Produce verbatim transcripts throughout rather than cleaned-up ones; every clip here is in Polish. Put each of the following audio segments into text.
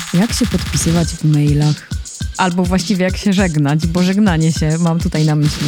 Jak się podpisywać w mailach? Albo właściwie jak się żegnać, bo żegnanie się mam tutaj na myśli.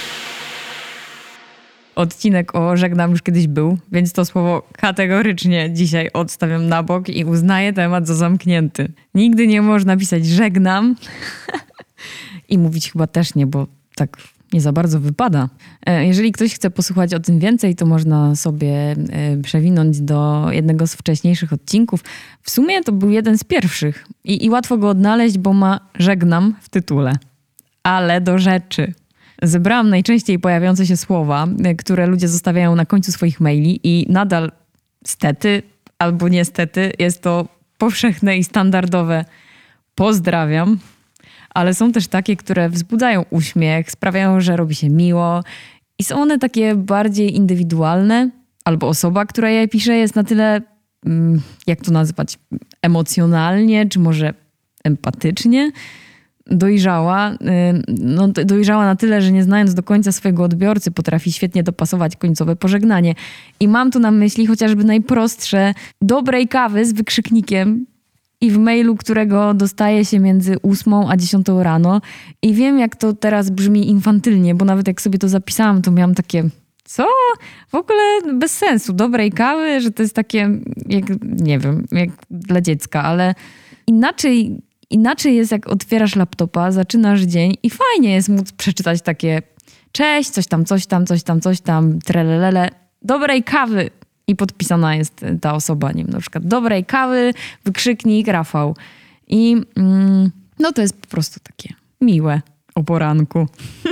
Odcinek o żegnam już kiedyś był, więc to słowo kategorycznie dzisiaj odstawiam na bok i uznaję temat za zamknięty. Nigdy nie można pisać żegnam i mówić chyba też nie, bo tak nie za bardzo wypada. Jeżeli ktoś chce posłuchać o tym więcej, to można sobie przewinąć do jednego z wcześniejszych odcinków. W sumie to był jeden z pierwszych i, i łatwo go odnaleźć, bo ma żegnam w tytule. Ale do rzeczy. Zebrałam najczęściej pojawiające się słowa, które ludzie zostawiają na końcu swoich maili i nadal stety albo niestety jest to powszechne i standardowe pozdrawiam. Ale są też takie, które wzbudzają uśmiech, sprawiają, że robi się miło i są one takie bardziej indywidualne, albo osoba, która je pisze, jest na tyle, jak to nazwać, emocjonalnie, czy może empatycznie dojrzała. No, dojrzała na tyle, że nie znając do końca swojego odbiorcy, potrafi świetnie dopasować końcowe pożegnanie. I mam tu na myśli chociażby najprostsze dobrej kawy z wykrzyknikiem i w mailu, którego dostaje się między ósmą a dziesiątą rano. I wiem, jak to teraz brzmi infantylnie, bo nawet jak sobie to zapisałam, to miałam takie, co? W ogóle bez sensu. Dobrej kawy, że to jest takie, jak, nie wiem, jak dla dziecka, ale inaczej, inaczej jest, jak otwierasz laptopa, zaczynasz dzień i fajnie jest móc przeczytać takie cześć, coś tam, coś tam, coś tam, coś tam, trelelele, dobrej kawy. I podpisana jest ta osoba, nie wiem, na przykład dobrej kawy, wykrzyknik, Rafał. I mm, no to jest po prostu takie miłe o poranku.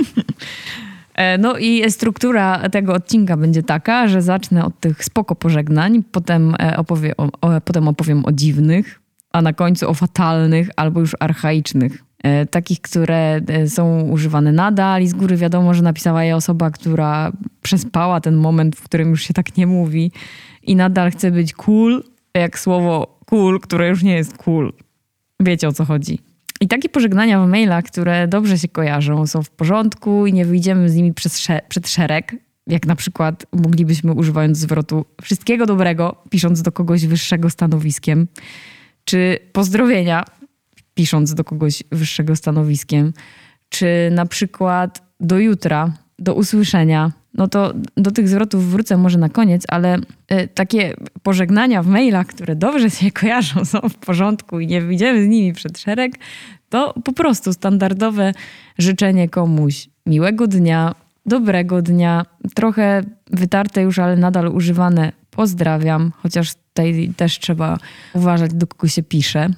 No i struktura tego odcinka będzie taka, że zacznę od tych spoko pożegnań, potem, opowie, o, o, potem opowiem o dziwnych, a na końcu o fatalnych albo już archaicznych. Takich, które są używane nadal i z góry wiadomo, że napisała je osoba, która przespała ten moment, w którym już się tak nie mówi i nadal chce być cool, jak słowo cool, które już nie jest cool. Wiecie, o co chodzi. I takie pożegnania w mailach, które dobrze się kojarzą, są w porządku i nie wyjdziemy z nimi przez sze- przed szereg, jak na przykład moglibyśmy używając zwrotu wszystkiego dobrego, pisząc do kogoś wyższego stanowiskiem, czy pozdrowienia, pisząc do kogoś wyższego stanowiskiem, czy na przykład do jutra, do usłyszenia. No to do tych zwrotów wrócę może na koniec, ale y, takie pożegnania w mailach, które dobrze się kojarzą, są w porządku i nie wyjdziemy z nimi przed szereg, to po prostu standardowe życzenie komuś miłego dnia, dobrego dnia, trochę wytarte już, ale nadal używane pozdrawiam, chociaż tutaj też trzeba uważać, do kogo się pisze.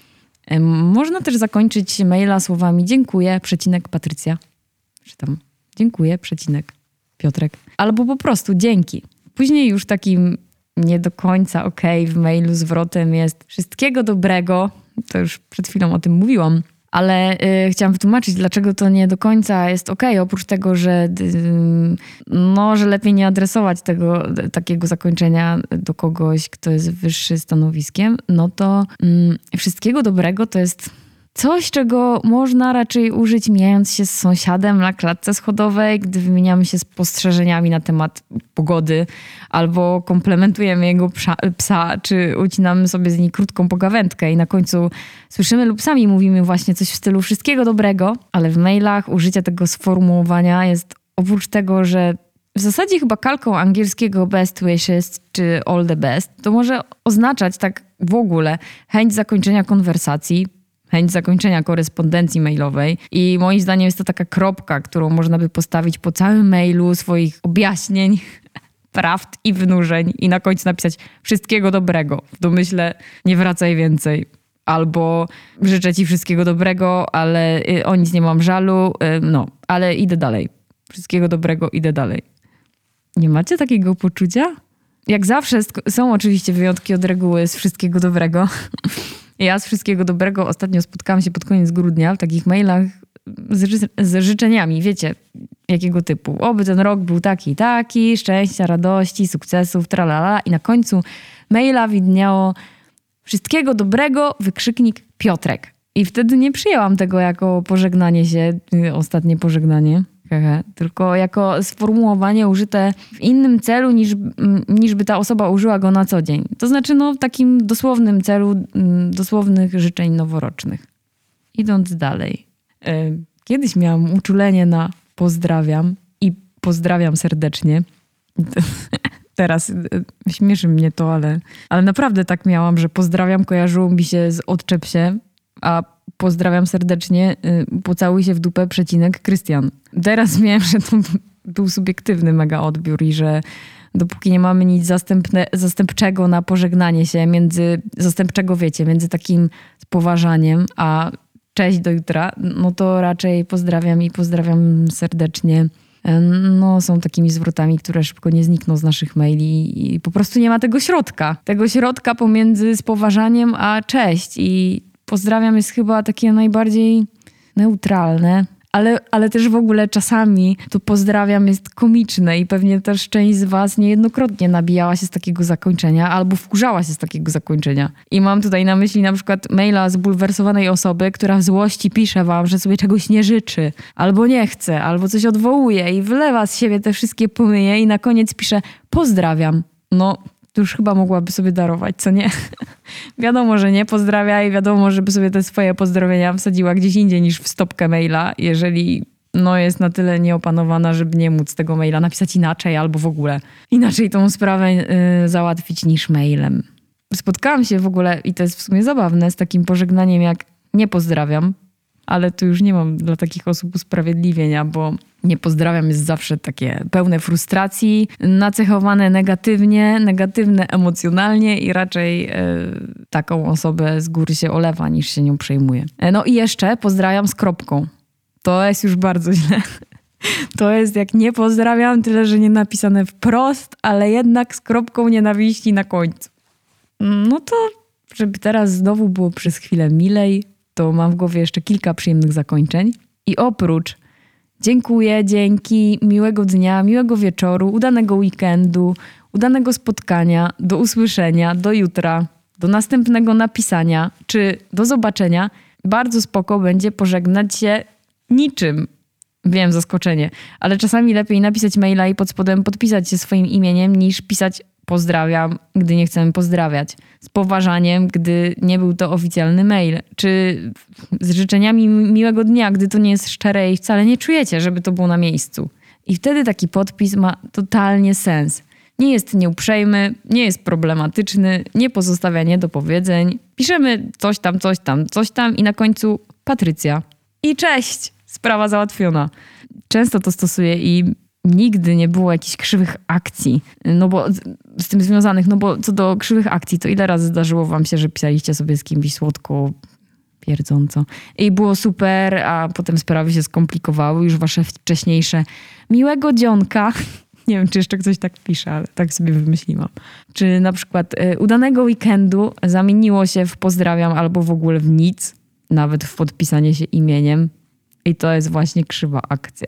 Można też zakończyć maila słowami dziękuję, przecinek Patrycja. Czy tam dziękuję, przecinek Piotrek. Albo po prostu dzięki. Później już takim nie do końca okej okay w mailu zwrotem jest wszystkiego dobrego. To już przed chwilą o tym mówiłam. Ale y, chciałam wytłumaczyć, dlaczego to nie do końca jest okej. Okay. Oprócz tego, że, y, no, że lepiej nie adresować tego y, takiego zakończenia do kogoś, kto jest wyższy stanowiskiem, no to y, wszystkiego dobrego to jest coś, czego można raczej użyć mijając się z sąsiadem na klatce schodowej, gdy wymieniamy się spostrzeżeniami na temat pogody albo komplementujemy jego psa, psa czy ucinamy sobie z niej krótką pogawędkę i na końcu słyszymy lub sami mówimy właśnie coś w stylu wszystkiego dobrego, ale w mailach użycie tego sformułowania jest oprócz tego, że w zasadzie chyba kalką angielskiego best wishes czy all the best, to może oznaczać tak w ogóle chęć zakończenia konwersacji, chęć zakończenia korespondencji mailowej i moim zdaniem jest to taka kropka, którą można by postawić po całym mailu swoich objaśnień, prawd i wynurzeń i na końcu napisać wszystkiego dobrego. W domyśle nie wracaj więcej. Albo życzę ci wszystkiego dobrego, ale o nic nie mam żalu, no, ale idę dalej. Wszystkiego dobrego, idę dalej. Nie macie takiego poczucia? Jak zawsze są oczywiście wyjątki od reguły z wszystkiego dobrego. Ja z wszystkiego dobrego ostatnio spotkałam się pod koniec grudnia w takich mailach z, ży- z życzeniami, wiecie, jakiego typu. Oby ten rok był taki i taki, szczęścia, radości, sukcesów, tralala. I na końcu maila widniało wszystkiego dobrego, wykrzyknik Piotrek. I wtedy nie przyjęłam tego jako pożegnanie się, ostatnie pożegnanie. hehe, tylko jako sformułowanie użyte w innym celu niż, niż by ta osoba użyła go na co dzień. To znaczy no w takim dosłownym celu, dosłownych życzeń noworocznych. Idąc dalej. Kiedyś miałam uczulenie na pozdrawiam i pozdrawiam serdecznie. Teraz śmieszy mnie to, ale, ale naprawdę tak miałam, że pozdrawiam kojarzyło mi się z odczep się, a pozdrawiam serdecznie, pocałuj się w dupę, przecinek, Krystian. Teraz wiem, że to był subiektywny mega odbiór i że dopóki nie mamy nic zastępne, zastępczego na pożegnanie się między, zastępczego wiecie, między takim poważaniem a cześć do jutra, no to raczej pozdrawiam i pozdrawiam serdecznie. No, są takimi zwrotami, które szybko nie znikną z naszych maili i po prostu nie ma tego środka. Tego środka pomiędzy spoważaniem a cześć. I pozdrawiam jest chyba takie najbardziej neutralne, ale, ale też w ogóle czasami to pozdrawiam jest komiczne i pewnie też część z was niejednokrotnie nabijała się z takiego zakończenia albo wkurzała się z takiego zakończenia. I mam tutaj na myśli na przykład maila zbulwersowanej osoby, która w złości pisze wam, że sobie czegoś nie życzy, albo nie chce, albo coś odwołuje i wylewa z siebie te wszystkie pomyje i na koniec pisze pozdrawiam. No, to już chyba mogłaby sobie darować, co nie? Wiadomo, że nie pozdrawia i wiadomo, żeby sobie te swoje pozdrowienia wsadziła gdzieś indziej niż w stopkę maila, jeżeli no, jest na tyle nieopanowana, żeby nie móc tego maila napisać inaczej albo w ogóle inaczej tą sprawę yy, załatwić niż mailem. Spotkałam się w ogóle, i to jest w sumie zabawne, z takim pożegnaniem jak nie pozdrawiam, ale tu już nie mam dla takich osób usprawiedliwienia, bo nie pozdrawiam jest zawsze takie pełne frustracji, nacechowane negatywnie, negatywne emocjonalnie i raczej e, taką osobę z góry się olewa niż się nią przejmuje. E, no i jeszcze pozdrawiam z kropką. To jest już bardzo źle. To jest jak nie pozdrawiam, tyle że nie napisane wprost, ale jednak z kropką nienawiści na końcu. No to, żeby teraz znowu było przez chwilę milej, to mam w głowie jeszcze kilka przyjemnych zakończeń. I oprócz dziękuję, dzięki, miłego dnia, miłego wieczoru, udanego weekendu, udanego spotkania, do usłyszenia, do jutra, do następnego napisania, czy do zobaczenia, bardzo spoko będzie pożegnać się niczym. Wiem, zaskoczenie, ale czasami lepiej napisać maila i pod spodem podpisać się swoim imieniem, niż pisać pozdrawiam, gdy nie chcemy pozdrawiać. Z poważaniem, gdy nie był to oficjalny mail. Czy z życzeniami miłego dnia, gdy to nie jest szczere i wcale nie czujecie, żeby to było na miejscu. I wtedy taki podpis ma totalnie sens. Nie jest nieuprzejmy, nie jest problematyczny, nie pozostawia niedopowiedzeń. Piszemy coś tam, coś tam, coś tam i na końcu Patrycja. I cześć! Sprawa załatwiona. Często to stosuję i nigdy nie było jakichś krzywych akcji, no bo z, z tym związanych, no bo co do krzywych akcji, to ile razy zdarzyło wam się, że pisaliście sobie z kimś słodko, pierdząco i było super, a potem sprawy się skomplikowały, już wasze wcześniejsze miłego dzionka, nie wiem, czy jeszcze ktoś tak pisze, ale tak sobie wymyśliłam. Czy na przykład y, udanego weekendu zamieniło się w pozdrawiam albo w ogóle w nic, nawet w podpisanie się imieniem i to jest właśnie krzywa akcja.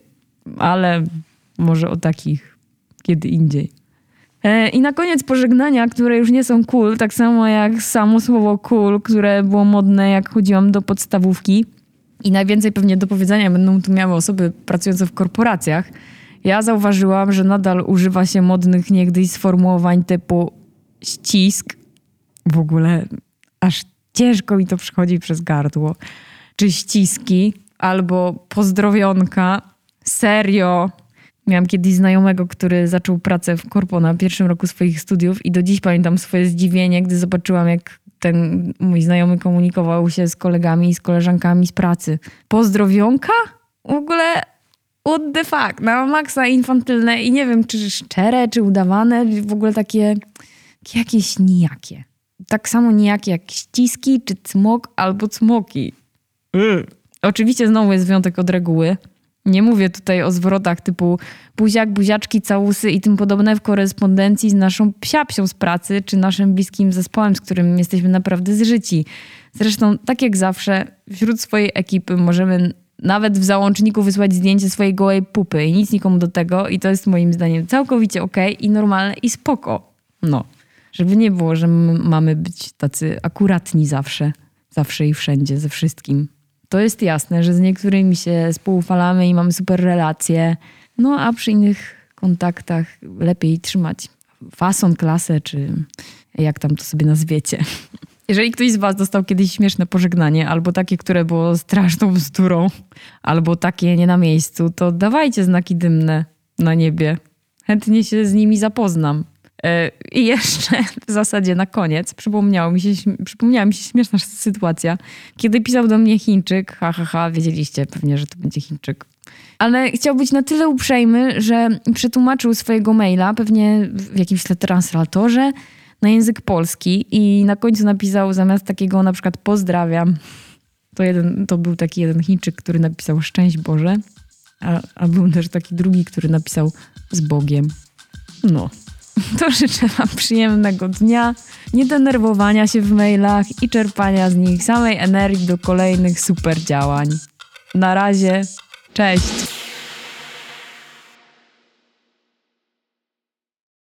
Ale może o takich kiedy indziej. E, I na koniec pożegnania, które już nie są cool, tak samo jak samo słowo cool, które było modne jak chodziłam do podstawówki. I najwięcej pewnie do powiedzenia będą tu miały osoby pracujące w korporacjach. Ja zauważyłam, że nadal używa się modnych niegdyś sformułowań typu ścisk. W ogóle aż ciężko mi to przychodzi przez gardło. Czy ściski, albo pozdrowionka. Serio. Miałam kiedyś znajomego, który zaczął pracę w korpo na pierwszym roku swoich studiów i do dziś pamiętam swoje zdziwienie, gdy zobaczyłam, jak ten mój znajomy komunikował się z kolegami i z koleżankami z pracy. Pozdrowionka? W ogóle what the fuck? Na maksa infantylne i nie wiem, czy szczere, czy udawane, w ogóle takie, takie jakieś nijakie. Tak samo nijakie jak ściski, czy cmok, albo cmoki. Mm. Oczywiście znowu jest wyjątek od reguły. Nie mówię tutaj o zwrotach typu buziak, buziaczki, całusy i tym podobne w korespondencji z naszą psiapsią z pracy, czy naszym bliskim zespołem, z którym jesteśmy naprawdę zżyci. Zresztą, tak jak zawsze, wśród swojej ekipy możemy nawet w załączniku wysłać zdjęcie swojej gołej pupy i nic nikomu do tego i to jest moim zdaniem całkowicie okej okay i normalne i spoko. No, żeby nie było, że my mamy być tacy akuratni zawsze, zawsze i wszędzie, ze wszystkim. To jest jasne, że z niektórymi się spoufalamy i mamy super relacje, no a przy innych kontaktach lepiej trzymać fason, klasę, czy jak tam to sobie nazwiecie. Jeżeli ktoś z was dostał kiedyś śmieszne pożegnanie, albo takie, które było straszną bzdurą, albo takie nie na miejscu, to dawajcie znaki dymne na niebie. Chętnie się z nimi zapoznam. I jeszcze w zasadzie na koniec przypomniało mi się, przypomniała mi się śmieszna sytuacja, kiedy pisał do mnie Chińczyk, ha, ha, ha, wiedzieliście pewnie, że to będzie Chińczyk. Ale chciał być na tyle uprzejmy, że przetłumaczył swojego maila, pewnie w jakimś translatorze, na język polski i na końcu napisał zamiast takiego na przykład pozdrawiam. To, jeden, to był taki jeden Chińczyk, który napisał szczęść Boże, a, a był też taki drugi, który napisał z Bogiem. No. To życzę wam przyjemnego dnia, niedenerwowania się w mailach i czerpania z nich samej energii do kolejnych super działań. Na razie, cześć!